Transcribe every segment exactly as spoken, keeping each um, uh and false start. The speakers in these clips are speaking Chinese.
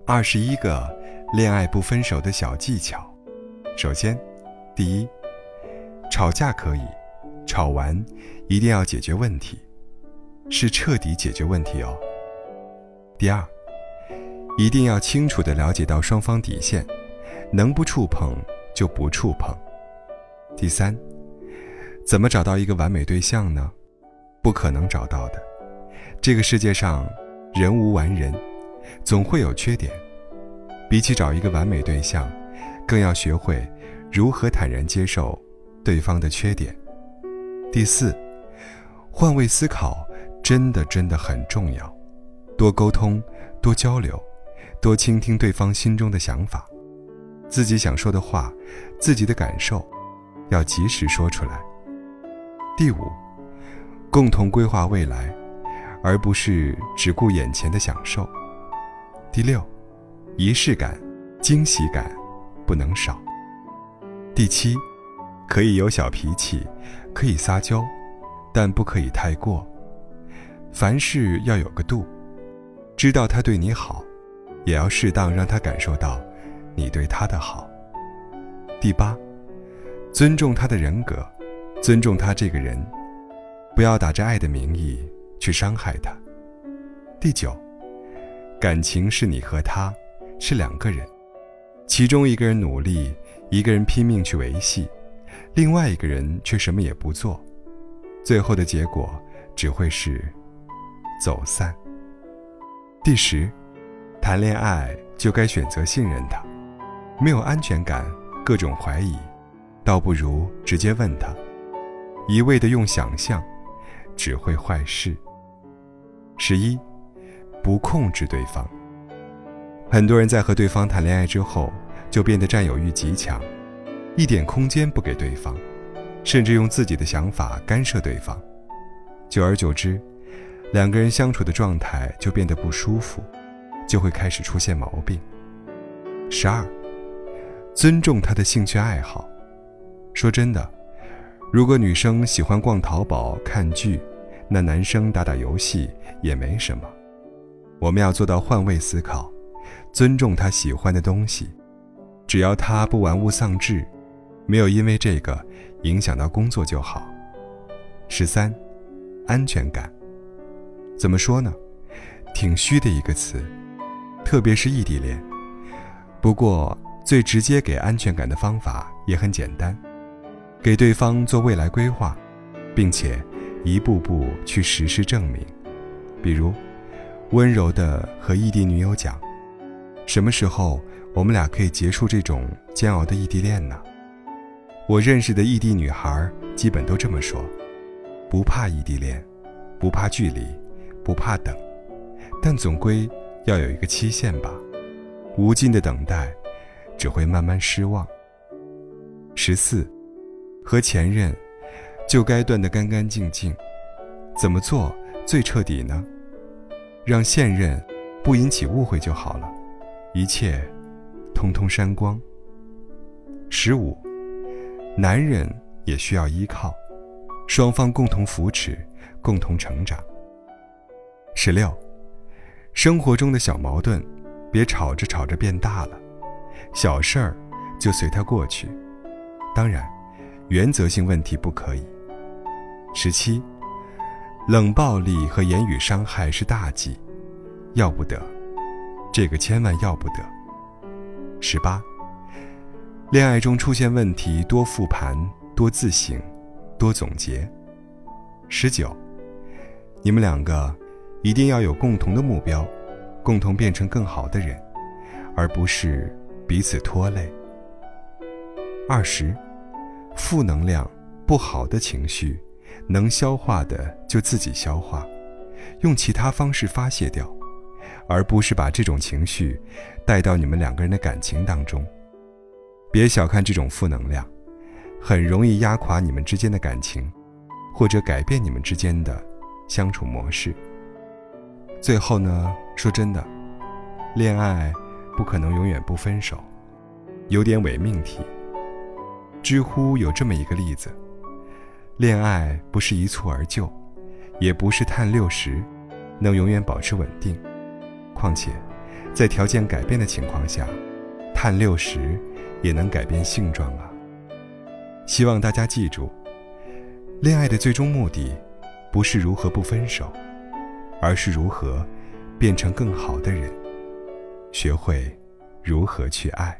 二十一个恋爱不分手的小技巧。首先，第一，吵架可以，吵完一定要解决问题，是彻底解决问题哦。第二，一定要清楚地了解到双方底线，能不触碰就不触碰。第三，怎么找到一个完美对象呢？不可能找到的，这个世界上人无完人，总会有缺点。比起找一个完美对象，更要学会如何坦然接受对方的缺点。第四，换位思考真的真的很重要，多沟通，多交流，多倾听对方心中的想法，自己想说的话，自己的感受要及时说出来。第五，共同规划未来，而不是只顾眼前的享受。第六，仪式感、惊喜感不能少。第七，可以有小脾气，可以撒娇，但不可以太过。凡事要有个度，知道他对你好，也要适当让他感受到你对他的好。第八，尊重他的人格，尊重他这个人，不要打着爱的名义去伤害他。第九，感情是你和他，是两个人，其中一个人努力，一个人拼命去维系，另外一个人却什么也不做，最后的结果只会是走散。第十，谈恋爱就该选择信任他，没有安全感，各种怀疑，倒不如直接问他，一味地用想象，只会坏事。十一，不控制对方。很多人在和对方谈恋爱之后，就变得占有欲极强，一点空间不给对方，甚至用自己的想法干涉对方。久而久之，两个人相处的状态就变得不舒服，就会开始出现毛病。十二，尊重他的兴趣爱好。说真的，如果女生喜欢逛淘宝、看剧，那男生打打游戏也没什么。我们要做到换位思考，尊重他喜欢的东西，只要他不玩物丧志，没有因为这个影响到工作就好。十三，安全感。怎么说呢？挺虚的一个词，特别是异地恋。不过，最直接给安全感的方法也很简单，给对方做未来规划，并且一步步去实施证明。比如，温柔地和异地女友讲，什么时候我们俩可以结束这种煎熬的异地恋呢？我认识的异地女孩基本都这么说，不怕异地恋，不怕距离，不怕等，但总归要有一个期限吧。无尽的等待只会慢慢失望。十四，和前任就该断得干干净净。怎么做最彻底呢？让现任不引起误会就好了，一切通通删光。十五，男人也需要依靠，双方共同扶持，共同成长。十六，生活中的小矛盾别吵着吵着变大了，小事儿就随它过去，当然原则性问题不可以。十七，冷暴力和言语伤害是大忌，要不得，这个千万要不得。十八，恋爱中出现问题多复盘，多自省，多总结。十九，你们两个一定要有共同的目标，共同变成更好的人，而不是彼此拖累。二十，负能量、不好的情绪，能消化的就自己消化，用其他方式发泄掉，而不是把这种情绪带到你们两个人的感情当中。别小看这种负能量，很容易压垮你们之间的感情，或者改变你们之间的相处模式。最后呢，说真的，恋爱不可能永远不分手，有点伪命题。知乎有这么一个例子，恋爱不是一蹴而就，也不是碳六十能永远保持稳定，况且在条件改变的情况下，碳六十也能改变性状啊。希望大家记住，恋爱的最终目的不是如何不分手，而是如何变成更好的人，学会如何去爱。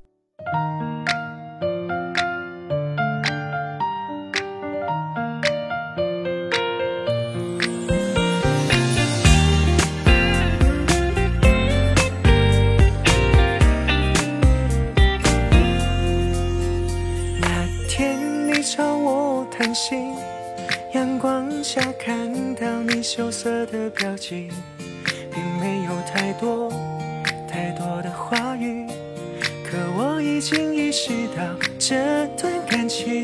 朝我谈心，阳光下看到你羞涩的表情，并没有太多太多的话语，可我已经意识到这段感情。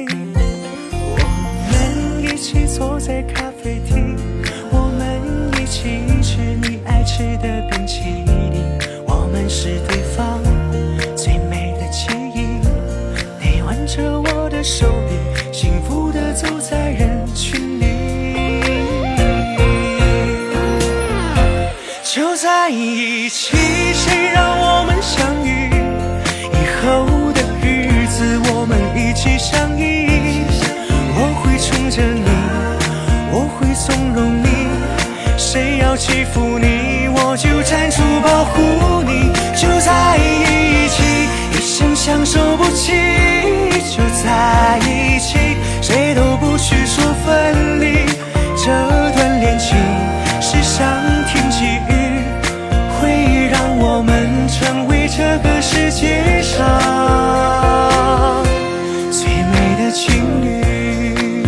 我们一起坐在咖啡厅，我们一起吃你爱吃的冰淇淋，我们是对方最美的记忆。你挽着我的手臂，幸福地走在人群里，就在一起，谁让我们相遇？以后的日子我们一起相依，我会宠着你，我会纵容你，谁要欺负你，我就站出保护你，就在一起，一生相守不弃，就在一起，谁都不许说分离。这段恋情是上天给予，会让我们成为这个世界上最美的情侣。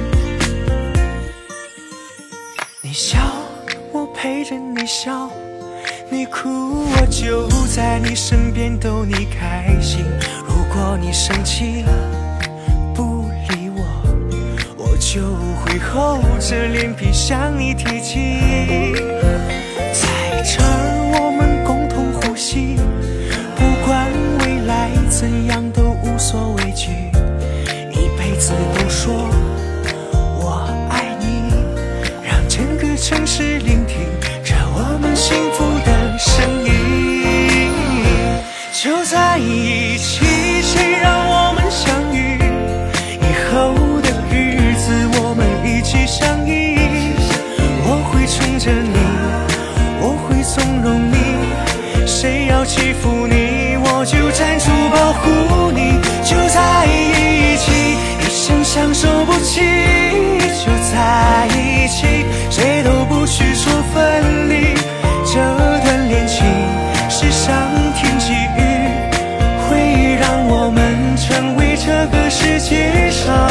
你笑，我陪着你笑，你哭，我就在你身边逗你开心。如果你生气不理我，我就会厚着脸皮向你提起。在这儿我们共同呼吸，不管未来怎样都无所畏惧，一辈子都说我爱你，让整个城市聆听着我们幸福的声音。就在一起，谁让我们相遇？以后的日子我们一起相依，我会宠着你，我会纵容你，谁要欺负你，我就站出保护你，就在一起，一生相守不弃，就在一起，谁都不许说分离。这段恋情是上天给予，会让我们成为这个世界上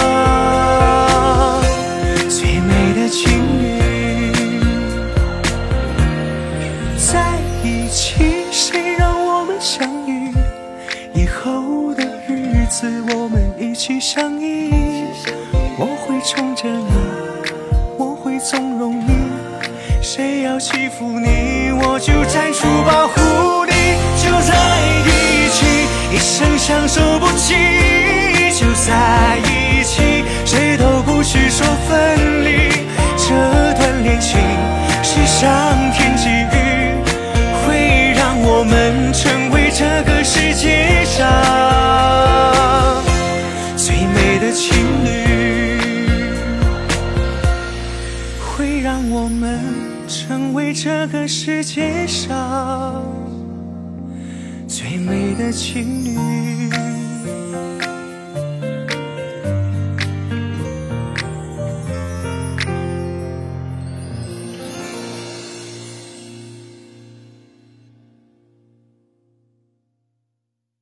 最美的情侣。在一起，谁让我们相遇？以后的日子我们一起相依，我会宠着你，我会纵容你，谁要欺负你，我就站出保护你，就在一起，一生相守不弃，就在一起，谁都不许说分离。这段恋情是上天给予，会让我们成为这个世界上最美的情侣，会让我们成为这个世界上最美的情侣。